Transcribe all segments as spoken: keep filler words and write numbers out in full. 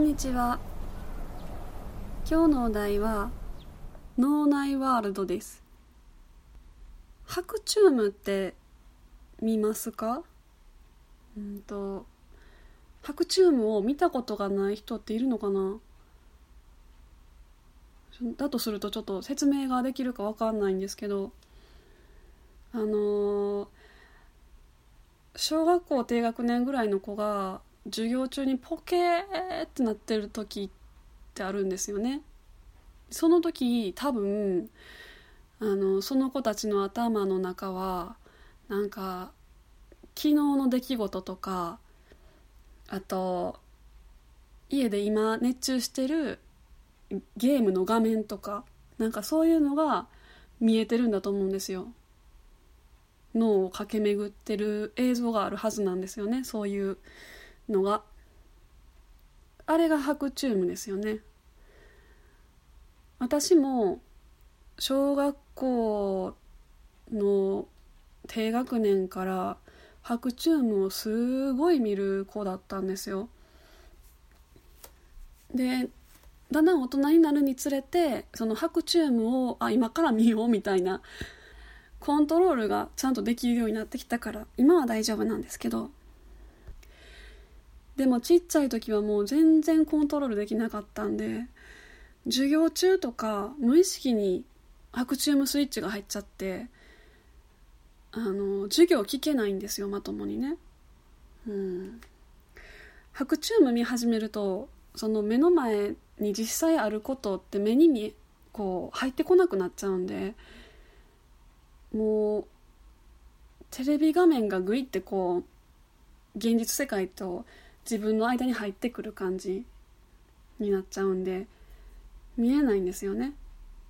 んにちは。今日のお題は脳内ワールドです。白チュームって見ますか？うんと白チュームを見たことがない人っているのかな？だとするとちょっと説明ができるかわかんないんですけど、あのー、小学校低学年ぐらいの子が授業中にポケーってなってる時ってあるんですよね。その時多分あのその子たちの頭の中はなんか昨日の出来事とか、あと家で今熱中してるゲームの画面とか、なんかそういうのが見えてるんだと思うんですよ。脳を駆け巡ってる映像があるはずなんですよね。そういうのが、あれが白チュームですよね。私も小学校の低学年から白チュームをすごい見る子だったんですよ。でだんだん大人になるにつれて、その白チュームをあ今から見ようみたいなコントロールがちゃんとできるようになってきたから今は大丈夫なんですけど、でもちっちゃい時はもう全然コントロールできなかったんで、授業中とか無意識に白チュームスイッチが入っちゃって、あの授業聞けないんですよ、まともにね。うん白チューム見始めると、その目の前に実際あることって目に見こう入ってこなくなっちゃうんで、もうテレビ画面がグイってこう現実世界と自分の間に入ってくる感じになっちゃうんで見えないんですよね。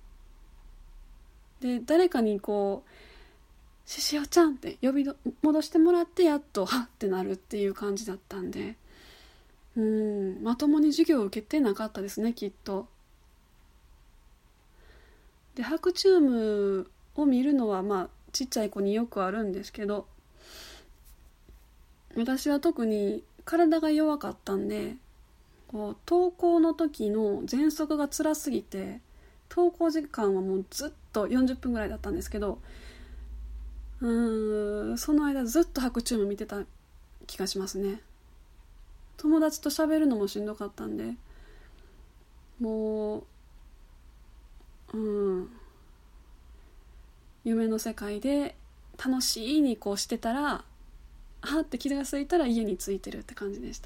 で誰かにこうししおちゃんって呼び戻してもらってやっとはってなるっていう感じだったんで、うーんまともに授業を受けてなかったですね、きっと。で白チュームを見るのはまあちっちゃい子によくあるんですけど、私は特に体が弱かったんで、こう登校の時の喘息が辛すぎて登校時間はもうずっとよんじゅっぷんぐらいだったんですけど、うーんその間ずっと白チューム見てた気がしますね。友達と喋るのもしんどかったんで、もううん夢の世界で楽しいにこうしてたら、はって気がついたら家に着いてるって感じでした。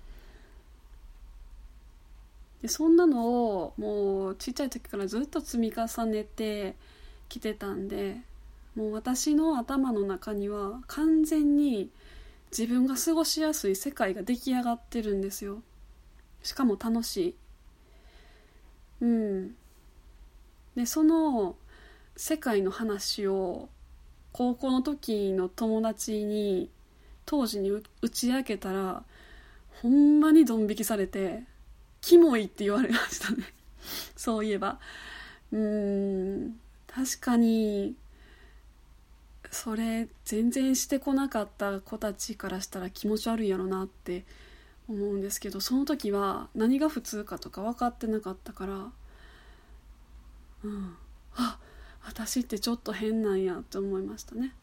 でそんなのをもうちっちゃい時からずっと積み重ねてきてたんで、もう私の頭の中には完全に自分が過ごしやすい世界が出来上がってるんですよ。しかも楽しい。うんでその世界の話を高校の時の友達に当時に打ち明けたら、ほんまにドン引きされてキモいって言われましたねそういえばうーん確かにそれ全然してこなかった子たちからしたら気持ち悪いやろなって思うんですけど、その時は何が普通かとか分かってなかったから、うんあ私ってちょっと変なんやって思いましたね。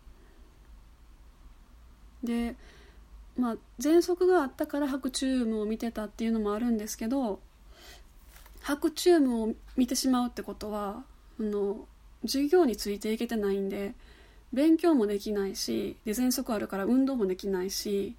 でまあ喘息があったから白チュームを見てたっていうのもあるんですけど、白チュームを見てしまうってことはあの授業についていけてないんで、勉強もできないし、で喘息あるから運動もできないし、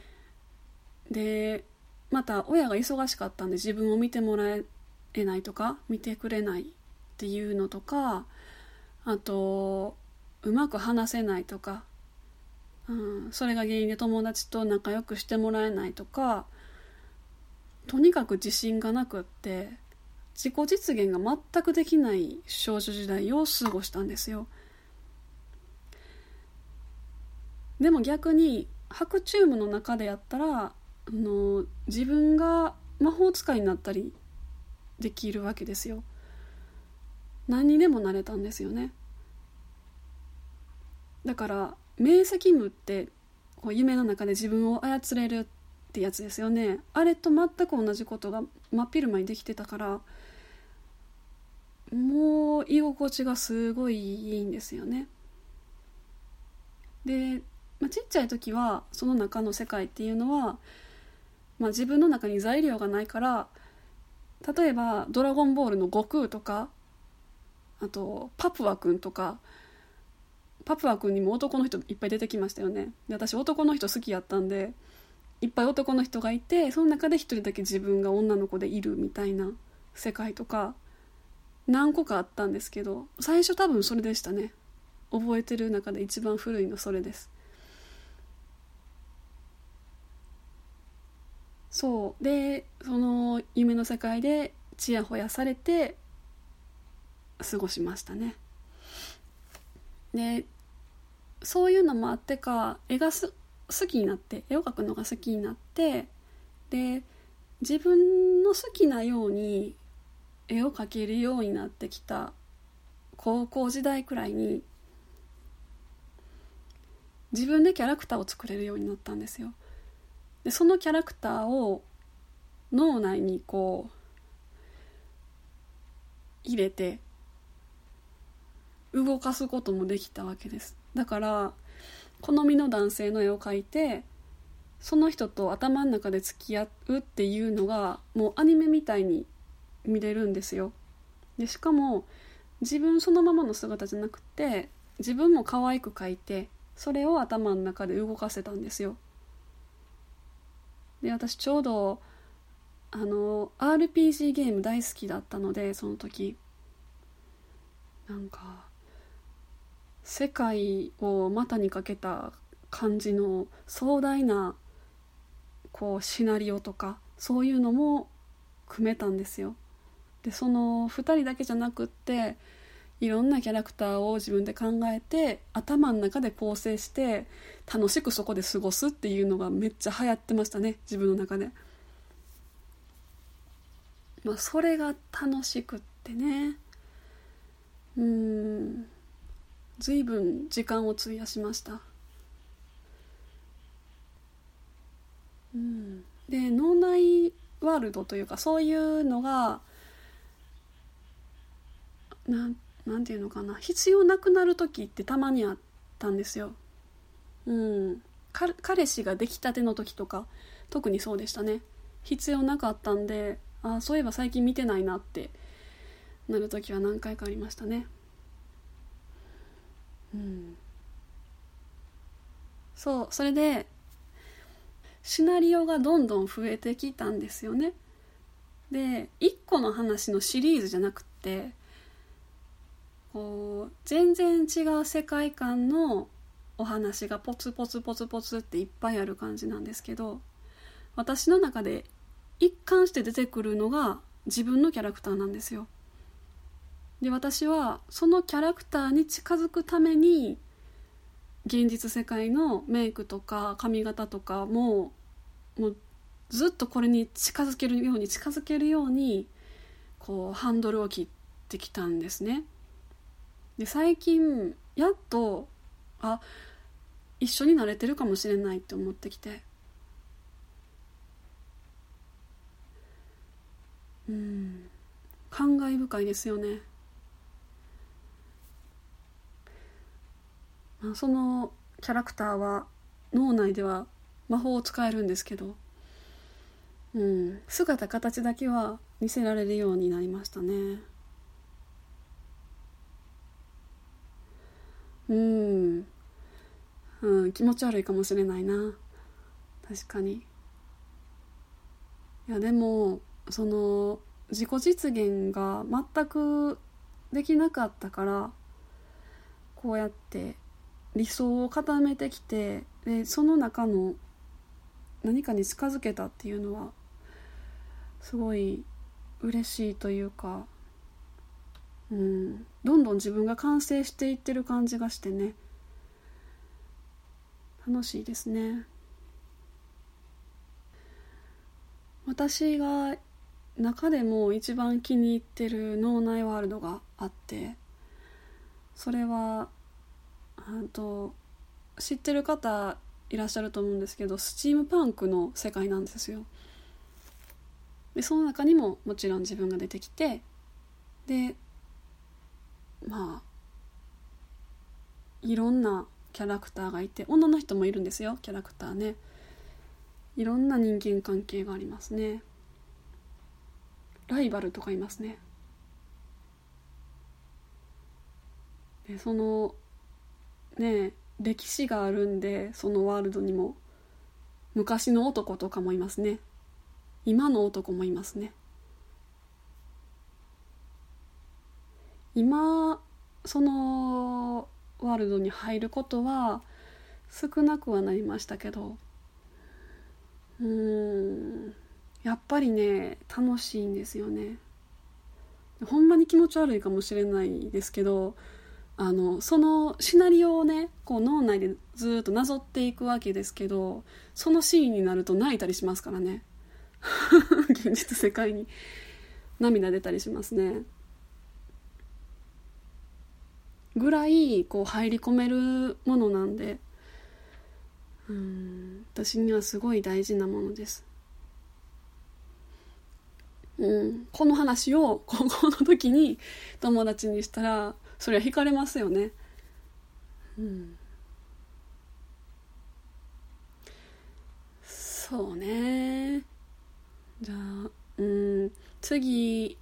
でまた親が忙しかったんで自分を見てもらえないとか見てくれないっていうのとか、あとうまく話せないとか、うん、それが原因で友達と仲良くしてもらえないとか、とにかく自信がなくって自己実現が全くできない少女時代を過ごしたんですよ。でも逆に白チュームの中でやったら、あの自分が魔法使いになったりできるわけですよ。何にでもなれたんですよね。だから明晰夢ってこう夢の中で自分を操れるっってやつですよね。あれと全く同じことが真っ昼間にできてたから、もう居心地がすごいいいんですよね。で、まあ、ちっちゃい時はその中の世界っていうのは、まあ、自分の中に材料がないから、例えばドラゴンボールの悟空とか、あとパプワくんとか、パプワくんにも男の人いっぱい出てきましたよね。で、私男の人好きやったんで、いっぱい男の人がいて、その中で一人だけ自分が女の子でいるみたいな世界とか何個かあったんですけど、最初多分それでしたね。覚えてる中で一番古いのそれです。そうで、その夢の世界でちやほやされて過ごしましたね。で、そういうのもあってか、絵がす好きになって、絵を描くのが好きになって、で、自分の好きなように絵を描けるようになってきた高校時代くらいに、自分でキャラクターを作れるようになったんですよ。で、そのキャラクターを脳内にこう入れて動かすこともできたわけです。だから好みの男性の絵を描いて、その人と頭の中で付き合うっていうのがもうアニメみたいに見れるんですよ。で、しかも自分そのままの姿じゃなくて、自分も可愛く描いて、それを頭の中で動かせたんですよ。で、私ちょうどあの アールピージー ゲーム大好きだったので、その時なんか世界を股にかけた感じの壮大なこうシナリオとか、そういうのも組めたんですよ。で、そのふたりだけじゃなくって、いろんなキャラクターを自分で考えて頭の中で構成して楽しくそこで過ごすっていうのがめっちゃ流行ってましたね、自分の中で。まあ、それが楽しくってね、うーん随分時間を費やしました。うん、で、脳内ワールドというか、そういうのがなんなんていうのかな、必要なくなる時ってたまにあったんですよ。うん、か彼氏ができたての時とか特にそうでしたね。必要なかったんで、あ、そういえば最近見てないなってなる時は何回かありましたね。うん、そう、それでシナリオがどんどん増えてきたんですよね。で、一個の話のシリーズじゃなくって、こう全然違う世界観のお話がポツポツポツポツっていっぱいある感じなんですけど、私の中で一貫して出てくるのが自分のキャラクターなんですよ。で、私はそのキャラクターに近づくために現実世界のメイクとか髪型とかももうずっとこれに近づけるように近づけるようにこうハンドルを切ってきたんですね。で、最近やっとあ一緒になれてるかもしれないって思ってきて、うん感慨深いですよね。まあ、そのキャラクターは脳内では魔法を使えるんですけど、うん、姿形だけは見せられるようになりましたね。うん、うん、気持ち悪いかもしれないな、確かに。いや、でもその自己実現が全くできなかったから、こうやって理想を固めてきて、でその中の何かに近づけたっていうのはすごい嬉しいというか、うん、どんどん自分が完成していってる感じがしてね、楽しいですね。私が中でも一番気に入ってる脳内ワールドがあって、それはあと知ってる方いらっしゃると思うんですけど、スチームパンクの世界なんですよ。でその中にももちろん自分が出てきて、でまあいろんなキャラクターがいて、女の人もいるんですよ、キャラクターね。いろんな人間関係がありますね。ライバルとかいますね。でそのね歴史があるんで、そのワールドにも昔の男とかもいますね。今の男もいますね。今そのワールドに入ることは少なくはなりましたけど、うーんやっぱりね楽しいんですよね。ほんまに気持ち悪いかもしれないですけど、あのそのシナリオをねこう脳内でずっとなぞっていくわけですけど、そのシーンになると泣いたりしますからね現実世界に涙出たりしますね。ぐらいこう入り込めるものなんで、うーん私にはすごい大事なものです。うん、この話を高校の時に友達にしたらそりゃ惹かれますよね。うん、そうね。じゃあ、うん、次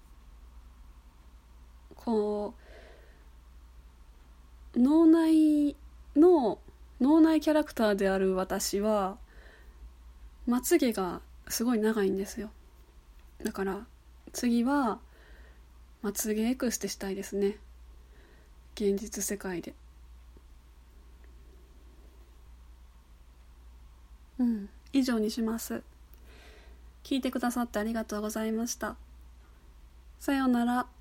こう脳内の脳内キャラクターである私はまつげがすごい長いんですよ。だから次はまつげエクステしたいですね、現実世界で。うん以上にします。聞いてくださってありがとうございました。さようなら。